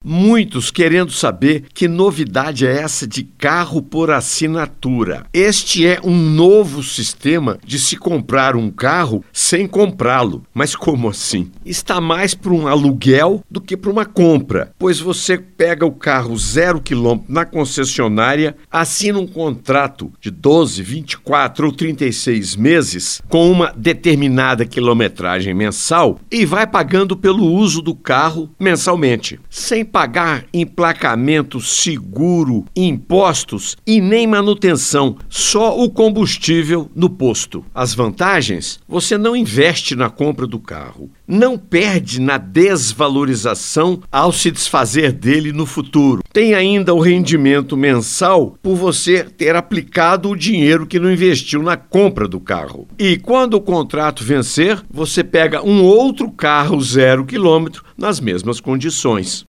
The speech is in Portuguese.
Muitos querendo saber que novidade é essa de carro por assinatura. Este é um novo sistema de se comprar um carro sem comprá-lo. Mas como assim? Está mais para um aluguel do que para uma compra, pois você pega o carro 0 km na concessionária, assina um contrato de 12, 24 ou 36 meses com uma determinada quilometragem mensal e vai pagando pelo uso do carro mensalmente, sem pagar emplacamento, seguro, impostos e nem manutenção, só o combustível no posto. As vantagens? Você não investe na compra do carro, não perde na desvalorização ao se desfazer dele no futuro. Tem ainda o rendimento mensal por você ter aplicado o dinheiro que não investiu na compra do carro. E quando o contrato vencer, você pega um outro carro 0 km nas mesmas condições.